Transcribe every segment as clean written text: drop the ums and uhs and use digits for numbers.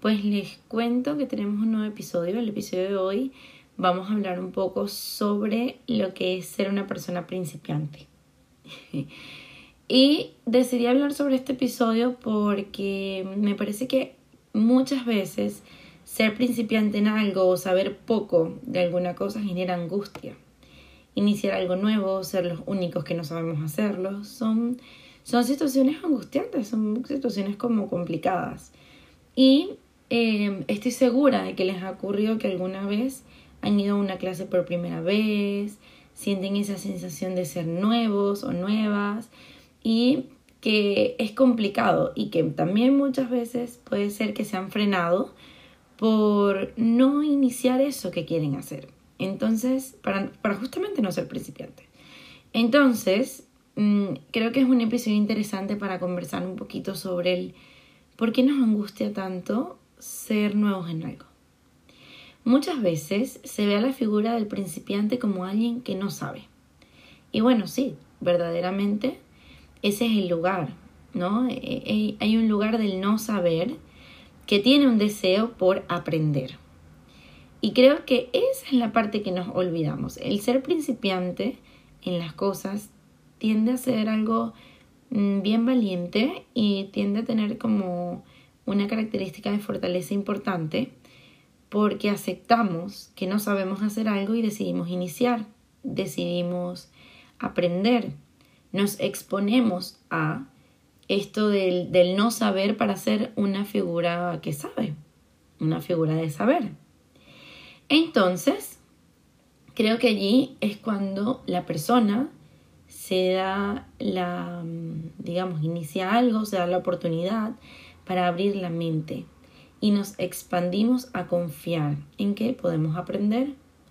Pues les cuento que tenemos un nuevo episodio. El episodio de hoy vamos a hablar un poco sobre lo que es ser una persona principiante. Y decidí hablar sobre este episodio porque me parece que muchas veces ser principiante en algo o saber poco de alguna cosa genera angustia. Iniciar algo nuevo, ser los únicos que no sabemos hacerlo, son situaciones angustiantes, son situaciones como complicadas. Y estoy segura de que les ha ocurrido que alguna vez han ido a una clase por primera vez, sienten esa sensación de ser nuevos o nuevas y que es complicado y que también muchas veces puede ser que se han frenado por no iniciar eso que quieren hacer. Entonces, para justamente no ser principiantes. Entonces, creo que es un episodio interesante para conversar un poquito sobre el por qué nos angustia tanto ser nuevos en algo. Muchas veces se ve a la figura del principiante como alguien que no sabe. Y bueno, sí, verdaderamente ese es el lugar, ¿no? Hay un lugar del no saber que tiene un deseo por aprender. Y creo que esa es la parte que nos olvidamos. El ser principiante en las cosas tiende a ser algo bien valiente y tiende a tener como una característica de fortaleza importante porque aceptamos que no sabemos hacer algo y decidimos iniciar, decidimos aprender, nos exponemos a esto del no saber para ser una figura que sabe, una figura de saber. Entonces, creo que allí es cuando la persona se da inicia algo, se da la oportunidad para abrir la mente y nos expandimos a confiar en que podemos aprender.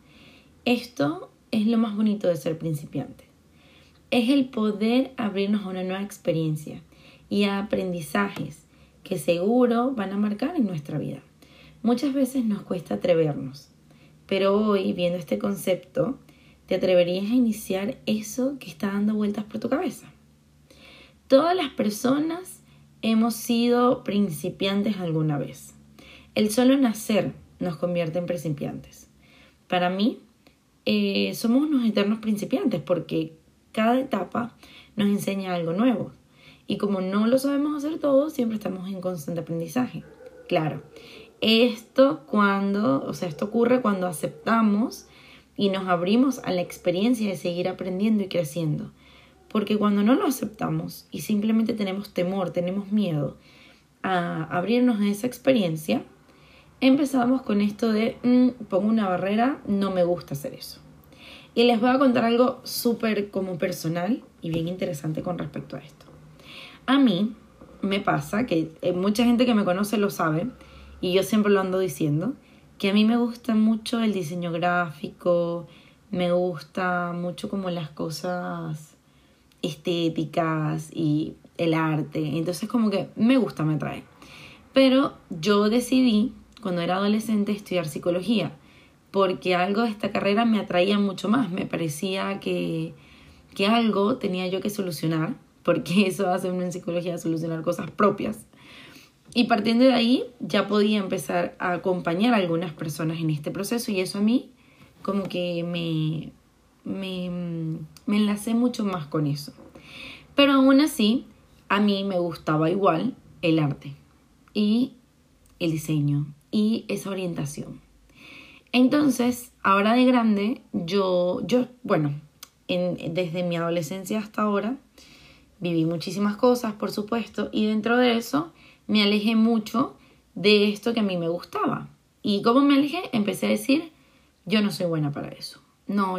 Esto es lo más bonito de ser principiante. Es el poder abrirnos a una nueva experiencia y a aprendizajes que seguro van a marcar en nuestra vida. Muchas veces nos cuesta atrevernos, pero hoy, viendo este concepto, ¿te atreverías a iniciar eso que está dando vueltas por tu cabeza? Todas las personas hemos sido principiantes alguna vez. El solo nacer nos convierte en principiantes. Para mí, somos unos eternos principiantes porque cada etapa nos enseña algo nuevo. Y como no lo sabemos hacer todo, siempre estamos en constante aprendizaje. Claro, esto ocurre cuando aceptamos y nos abrimos a la experiencia de seguir aprendiendo y creciendo. Porque cuando no lo aceptamos y simplemente tenemos temor, tenemos miedo a abrirnos a esa experiencia, empezamos con esto de pongo una barrera, no me gusta hacer eso. Y les voy a contar algo súper como personal y bien interesante con respecto a esto. A mí me pasa que mucha gente que me conoce lo sabe y yo siempre lo ando diciendo, que a mí me gusta mucho el diseño gráfico, me gusta mucho como las cosas estéticas y el arte. Entonces como que me gusta, me atrae. Pero yo decidí cuando era adolescente estudiar psicología porque algo de esta carrera me atraía mucho más. Me parecía que algo tenía yo que solucionar, porque eso hace uno en psicología, solucionar cosas propias. Y partiendo de ahí ya podía empezar a acompañar a algunas personas en este proceso y eso a mí como que me enlacé mucho más con eso. Pero aún así a mí me gustaba igual el arte y el diseño y esa orientación. Entonces, ahora de grande, desde mi adolescencia hasta ahora, viví muchísimas cosas, por supuesto, y dentro de eso me alejé mucho de esto que a mí me gustaba. ¿Y cómo me alejé? Empecé a decir, yo no soy buena para eso. No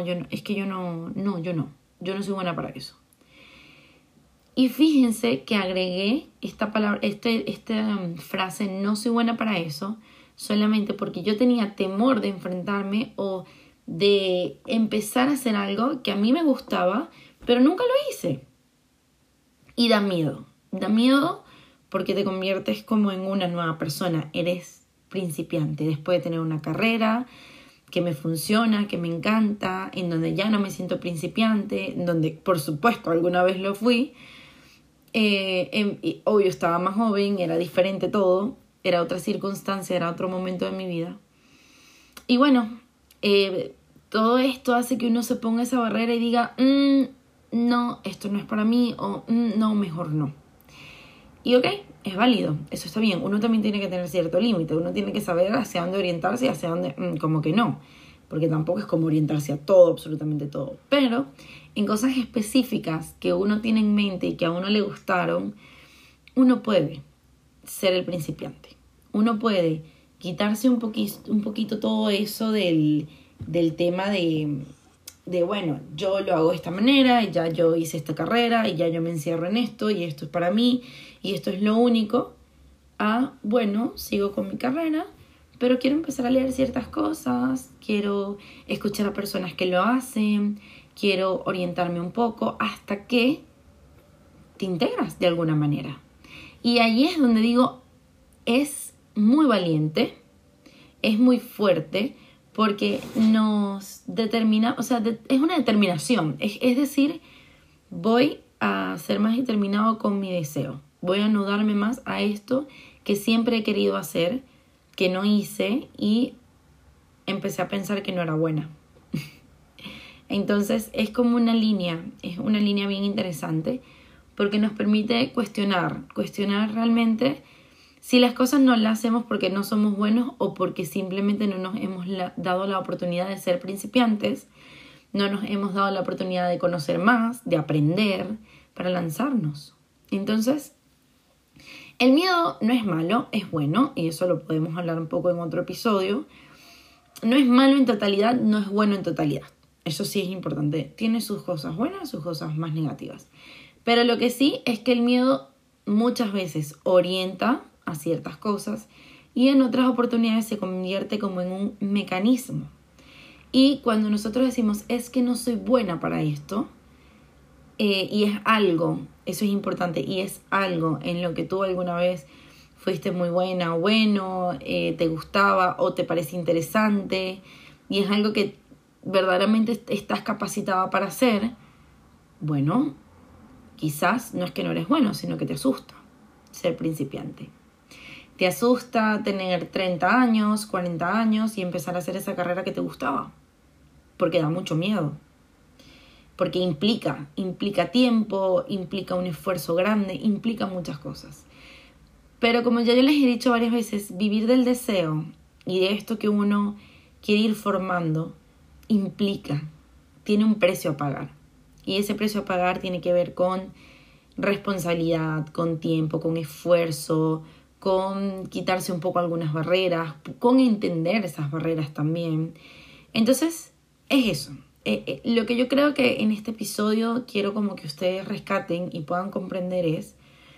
soy buena para eso. Y fíjense que agregué esta palabra, esta frase, no soy buena para eso, solamente porque yo tenía temor de enfrentarme o de empezar a hacer algo que a mí me gustaba, pero nunca lo hice. Y da miedo porque te conviertes como en una nueva persona, eres principiante después de tener una carrera que me funciona, que me encanta, en donde ya no me siento principiante, en donde por supuesto alguna vez lo fui, obvio estaba más joven, era diferente todo, era otra circunstancia, era otro momento de mi vida. Y bueno, todo esto hace que uno se ponga esa barrera y diga, no, esto no es para mí, o no, mejor no. Y ok, es válido, eso está bien. Uno también tiene que tener cierto límite, uno tiene que saber hacia dónde orientarse y hacia dónde, como que no. Porque tampoco es como orientarse a todo, absolutamente todo. Pero en cosas específicas que uno tiene en mente y que a uno le gustaron, uno puede ser el principiante. Uno puede quitarse un poquito todo eso del tema de, bueno, yo lo hago de esta manera, y ya yo hice esta carrera, y ya yo me encierro en esto, y esto es para mí, y esto es lo único. Bueno, sigo con mi carrera, pero quiero empezar a leer ciertas cosas, quiero escuchar a personas que lo hacen, quiero orientarme un poco hasta que te integras de alguna manera. Y ahí es donde digo, es muy valiente, es muy fuerte, porque nos determina, o sea, es una determinación. Es decir, voy a ser más determinado con mi deseo. Voy a anudarme más a esto que siempre he querido hacer, que no hice, y empecé a pensar que no era buena. Entonces es como una línea, es una línea bien interesante, porque nos permite cuestionar realmente si las cosas no las hacemos porque no somos buenos o porque simplemente no nos hemos dado la oportunidad de ser principiantes, no nos hemos dado la oportunidad de conocer más, de aprender, para lanzarnos. Entonces, el miedo no es malo, es bueno, y eso lo podemos hablar un poco en otro episodio. No es malo en totalidad, no es bueno en totalidad. Eso sí es importante. Tiene sus cosas buenas, sus cosas más negativas. Pero lo que sí es que el miedo muchas veces orienta a ciertas cosas y en otras oportunidades se convierte como en un mecanismo. Y cuando nosotros decimos, es que no soy buena para esto, y es algo, eso es importante, y es algo en lo que tú alguna vez fuiste muy buena o bueno, te gustaba o te parece interesante, y es algo que verdaderamente estás capacitada para hacer, bueno, quizás no es que no eres bueno, sino que te asusta ser principiante. Te asusta tener 30 años, 40 años y empezar a hacer esa carrera que te gustaba. Porque da mucho miedo. Porque implica tiempo, implica un esfuerzo grande, implica muchas cosas. Pero como ya yo les he dicho varias veces, vivir del deseo y de esto que uno quiere ir formando, tiene un precio a pagar. Y ese precio a pagar tiene que ver con responsabilidad, con tiempo, con esfuerzo, con quitarse un poco algunas barreras, con entender esas barreras también. Entonces, es eso. Lo que yo creo que en este episodio quiero como que ustedes rescaten y puedan comprender es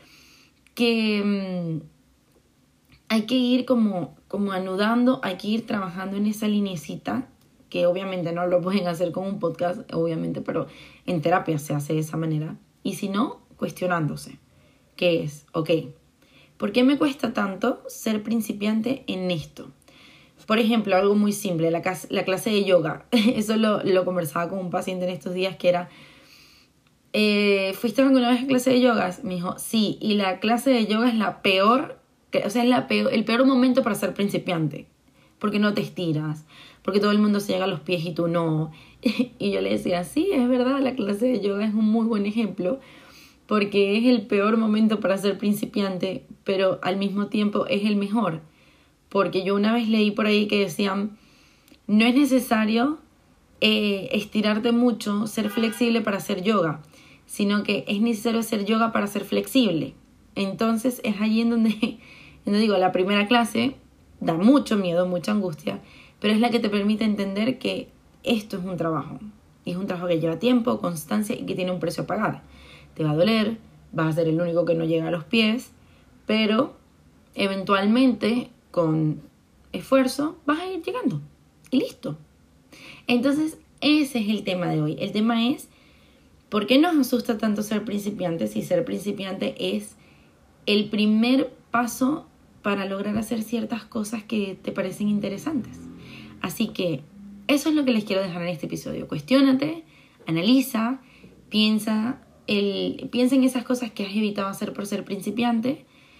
que hay que ir como anudando, hay que ir trabajando en esa linecita, que obviamente no lo pueden hacer con un podcast, obviamente, pero en terapia se hace de esa manera. Y si no, cuestionándose. ¿Qué es? Ok, ¿por qué me cuesta tanto ser principiante en esto? Por ejemplo, algo muy simple, la clase de yoga. Eso lo conversaba con un paciente en estos días que era, ¿fuiste alguna vez a clase de yoga? Me dijo, sí, y la clase de yoga es la peor, o sea, es el peor momento para ser principiante. Porque no te estiras, porque todo el mundo se llega a los pies y tú no. Y yo le decía, sí, es verdad, la clase de yoga es un muy buen ejemplo, porque es el peor momento para ser principiante, pero al mismo tiempo es el mejor. Porque yo una vez leí por ahí que decían, no es necesario estirarte mucho, ser flexible para hacer yoga, sino que es necesario hacer yoga para ser flexible. Entonces es allí en donde digo, la primera clase da mucho miedo, mucha angustia, pero es la que te permite entender que esto es un trabajo. Y es un trabajo que lleva tiempo, constancia y que tiene un precio a pagar. Te va a doler, vas a ser el único que no llega a los pies, pero eventualmente con esfuerzo vas a ir llegando y listo. Entonces ese es el tema de hoy. El tema es ¿por qué nos asusta tanto ser principiantes si ser principiante es el primer paso para lograr hacer ciertas cosas que te parecen interesantes? Así que eso es lo que les quiero dejar en este episodio. Cuestiónate, analiza, piensa en esas cosas que has evitado hacer por ser principiante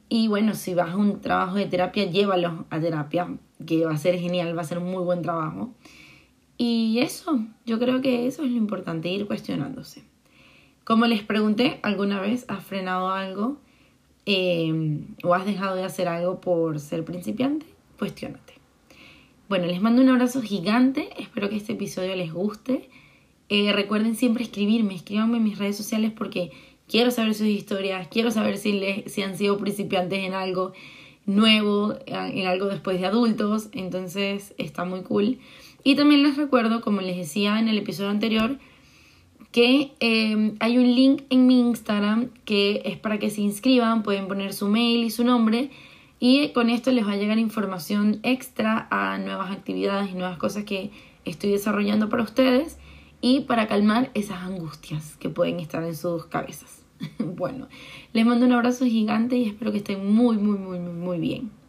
Y bueno, si vas a un trabajo de terapia, llévalos a terapia, que va a ser genial, va a ser un muy buen trabajo. Y eso, yo creo que eso es lo importante, ir cuestionándose. Como les pregunté, ¿alguna vez has frenado algo o has dejado de hacer algo por ser principiante? Cuestiónate. Bueno, les mando un abrazo gigante, espero que este episodio les guste. Recuerden siempre escríbanme en mis redes sociales porque quiero saber sus historias, quiero saber si han sido principiantes en algo nuevo, en algo después de adultos, entonces está muy cool. Y también les recuerdo, como les decía en el episodio anterior, que hay un link en mi Instagram que es para que se inscriban, pueden poner su mail y su nombre y con esto les va a llegar información extra a nuevas actividades y nuevas cosas que estoy desarrollando para ustedes y para calmar esas angustias que pueden estar en sus cabezas. Bueno, les mando un abrazo gigante y espero que estén muy, muy, muy, muy bien.